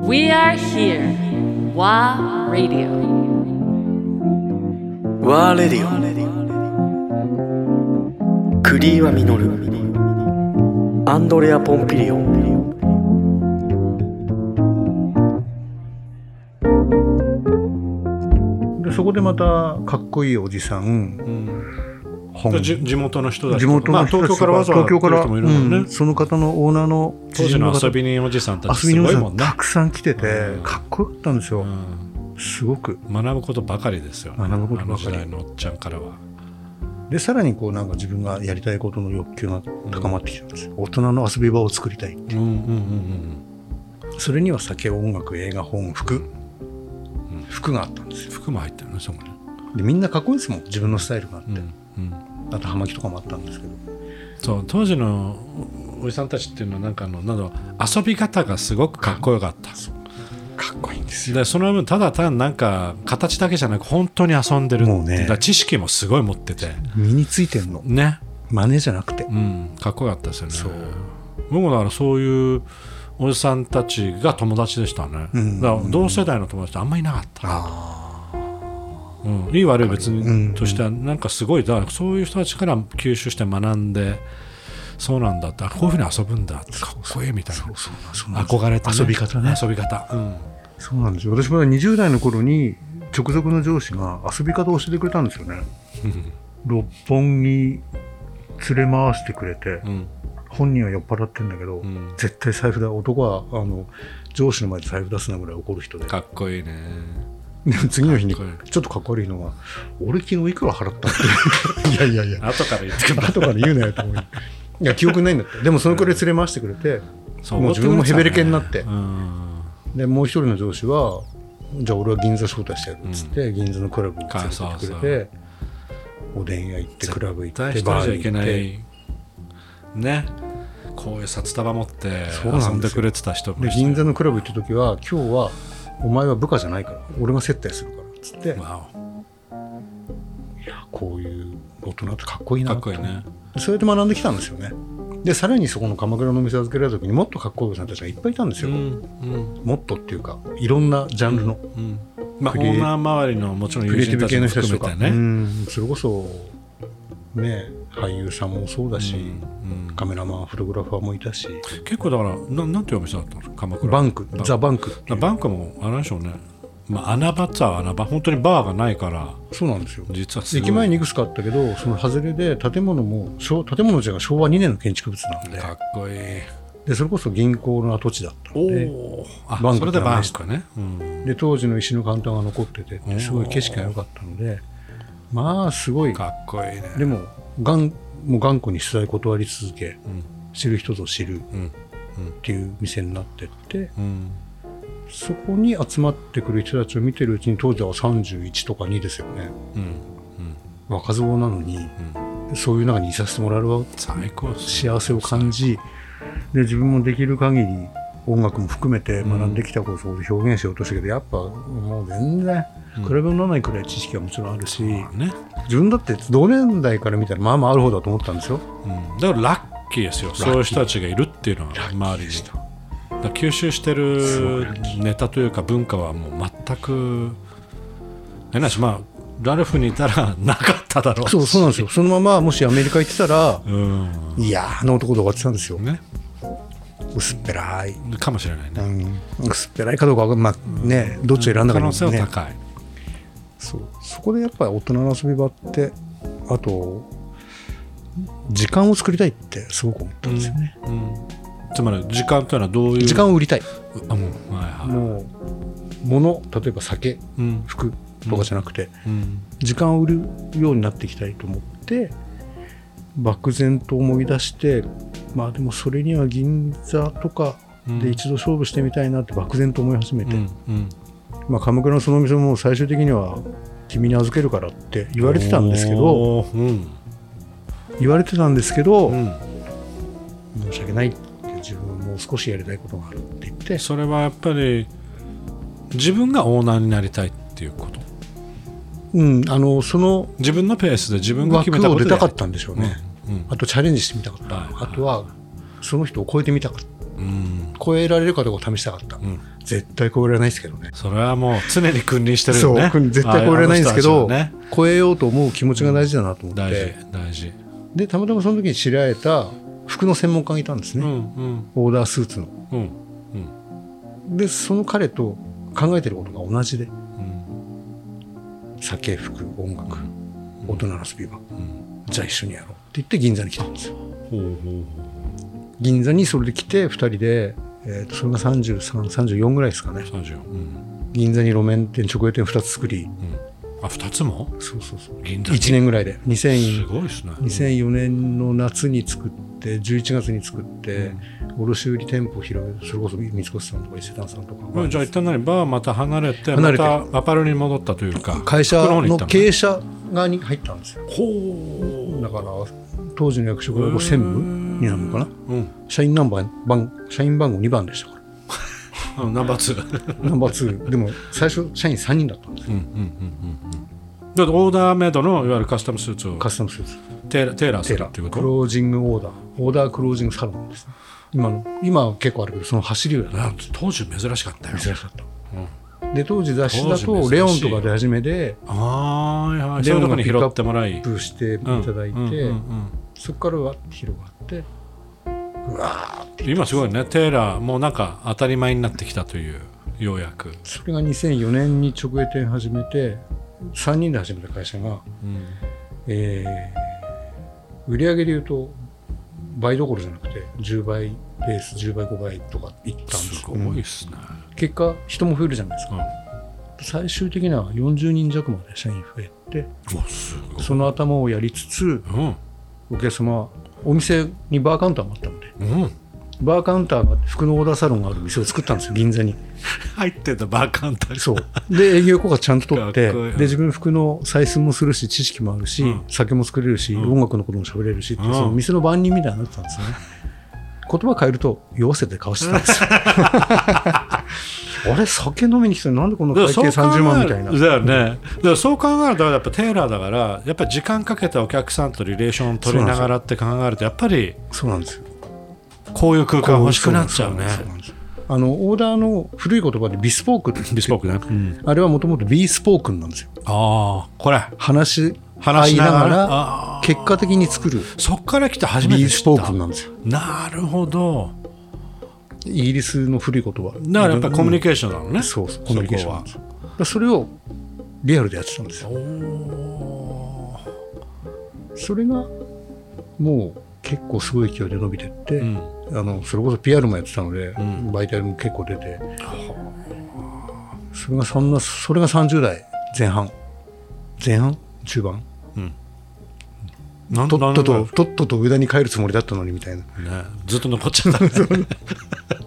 We are here. WA Radio. WA Radio。クリーワミノル、アンドレア・ポンピリオン。 でそこでまたかっこいいおじさん、 地元の人だ地元の人たち、 東京からわざわざ来る人もいるもんね、 その方のオーナーの当時の遊び人おじさんたちすごいもんね、 たくさん来てて、かっこよかったんですよ、すごく学ぶことばかりですよね、 学ぶことばかり、 あの時代のおっちゃんからは。 でさらにこうなんか自分がやりたいことの欲求が高まってきたんですよ、大人の遊び場を作りたいって、それには酒、音楽、映画、本、服があったんですよ。 服も入ってるね、そこに。 でみんなかっこいいですもん、自分のスタイルがあって、あと葉巻とかもあったんですけど、 そう当時のおじさんたちっていうのはなんだろう、遊び方がすごくかっこよかった。 かっこいいんですよ。 でその分ただ単なんか形だけじゃなく本当に遊んでる、 もうね、 だから知識もすごい持ってて身についてんのね、 真似じゃなくて、 かっこよかったですよね。 そう僕もだからそういうおじさんたちが友達でしたね、だから同世代の友達ってあんまりいなかった、いい悪い別にとしてはなんかすごい、だからそういう人たちから吸収して学んで、そうなんだって、こういうふうに遊ぶんだってかっこいいみたいな、憧れた、ね、 遊び方ね、 遊び方、 そうなんですよ。私も20代の頃に直属の上司が遊び方を教えてくれたんですよね六本木連れ回してくれて、本人は酔っ払ってるんだけど、絶対財布だ、男は上司の前で財布出すなぐらい怒る人で、 かっこいいね。 次の日にちょっとかっこ悪いのが、俺昨日いくら払ったっていや後から言ってくる後から言うなよと思う。いや記憶ないんだって。でもそのくらい連れ回してくれて、もう自分もヘベレケになって、でもう一人の上司はじゃあ俺は銀座招待してやるっつって、銀座のクラブに連れてってくれて、おでん屋行ってクラブ行ってバーに行ってね、こういう札束持って遊んでくれてた人もいて、銀座のクラブ行った時は、今日はお前は部下じゃないから俺が接待するからっつって、いやこういう大人ってかっこいいなって、かっこいいね、そうやって学んできたんですよね。でさらにそこの鎌倉のお店を預けられた時にもっとかっこいいおじさんたちがいっぱいいたんですよ、もっとっていうかいろんなジャンルの、 オーナー周りのもちろん友人たちも含めてね、 それこそね、俳優さんもそうだし、カメラマン、フォトグラファーもいたし、 結構だからなんていうお店だったんですか、鎌倉。 バンク、ザ・バンク。 バンクもあれでしょうね、穴場っちゃ穴場、本当にバーがないから。 そうなんですよ。 実はすごい駅前にいくつかあったけど、その外れで建物自体が昭和2年の建築物なんで、 かっこいい。 でそれこそ銀行の跡地だったので、 バンクそれでバンクね、 で当時の石のカウンターが残ってて、すごい景色が良かったので、まあすごいかっこいいね。 でも頑固に取材断り続け、知る人ぞ知るっていう店になってって、そこに集まってくる人たちを見てるうちに、当時は31とか2ですよね、若造なのに、そういう中にいさせてもらえる最高幸せを感じ、で自分もできる限り音楽も含めて学んできたことを表現しようとしたけど、やっぱもう全然比べ物ないくらい知識はもちろんあるし、自分だって同年代から見たらまあまあある方だと思ったんですよ、 だからラッキーですよ、そういう人たちがいるっていうのは周りに。だ吸収してるネタというか文化はもう全く変なし、ラルフにいたらなかっただろう。 そうなんですよ。そのままもしアメリカ行ってたら、いやあの男で終わってたんですよ、ね、薄っぺらいかもしれないね、 薄っぺらいかどうかはね、どっちを選んだかによってね、 可能性は高い。 そこでやっぱり大人の遊び場って、あと時間を作りたいってすごく思ったんですよね、 つまり時間というのはどういう時間を売りたい、もう物、例えば酒、服とかじゃなくて、時間を売るようになっていきたいと思って漠然と思い出して、でもそれには銀座とかで一度勝負してみたいなって漠然と思い始めて、鎌倉のそのお店も最終的には君に預けるからって言われてたんですけど、申し訳ないって、自分もう少しやりたいことがあるって言って。 それはやっぱり自分がオーナーになりたいっていうこと、 その自分のペースで自分が決めたことで枠を出たかったんでしょうね、あとチャレンジしてみたかった、あとはその人を超えてみたかっ超えられるかどうか試したかった、絶対超えられないですけどね。 それはもう常に君臨してるよね。 そう絶対超えられないんですけど、 ね、 超えようと思う気持ちが大事だなと思って、 大事でたまたまその時に知り合えた服の専門家がいたんですね、オーダースーツの、でその彼と考えてることが同じで、酒、服、音楽、大人の遊び場、じゃあ一緒にやろうって言って銀座に来たんですよ。銀座にそれで来て2人で、それが33、34ぐらいですかね。銀座に路面店、直営店2つ作り、 2つも？ そう銀座に 1年ぐらいで、 すごいですね。 2004年の夏に作って11月に作って、卸売店舗を広げる、それこそ三越さんとか伊勢丹さんとか、 じゃあ一旦バーまた離れてまたアパレルに戻ったというか、 会社の経営者側に入ったんですよ。だから当時の役職が専務になるのかな、社員番号2番でしたからナンバー2 ナンバー2でも最初社員3人だったんですよ。 だってオーダーメイドのいわゆるカスタムスーツをカスタムスーツテーラーするっていうこと。 クロージングオーダークロージングサロンですね。今は結構あるけど、その走りをやった。 当時珍しかったよ。 珍しかった、で当時雑誌だとレオンとか出始めで、 そういうとこに拾ってもらいレオンがピックアップしていただいて、そこからわって広がって、うわー、 今すごいね、テーラーもうなんか当たり前になってきたという、ようやく。 それが2004年に直営店始めて、3人で始めた会社が、売上でいうと倍どころじゃなくて10倍ペース、10倍5倍とかいったんです。 すごいですね。 結果人も増えるじゃないですか、最終的には40人弱まで社員増えて、その頭をやりつつ、お客様、お店にバーカウンターもあったので、バーカウンターが服のオーダーサロンがある店を作ったんですよ、銀座に。 入ってたバーカウンターに。 そうで営業効果ちゃんと取って、で自分服の採寸もするし、知識もあるし、酒も作れるし、音楽のことも喋れるしって、その店の番人みたいになってたんですよね。言葉変えると酔わせて顔してたんですよあれ、酒飲みに来てなんでこの会計30万みたいな。 だよね。だからそう考えるとやっぱテーラーだから、やっぱり時間かけてお客さんとリレーションを取りながらって考えると、やっぱりそうなんですよ。 こういう空間欲しくなっちゃうね。 オーダーの古い言葉でビスポークって、 ビスポークね、 あれはもともとビースポークンなんですよ。 これ話しながら結果的に作る、 そっから来て初めて知ったビースポークンなんですよ。 なるほど。 イギリスの古い言葉だからやっぱりコミュニケーションなのね。 そうコミュニケーションなんですよ。それをリアルでやってたんですよ。それがもう結構すごい勢いで伸びてって、それこそ PR もやってたので、媒体も結構出て、それが30代前半中盤、とっとと上田に帰るつもりだったのにみたいな、 ずっと残っちゃった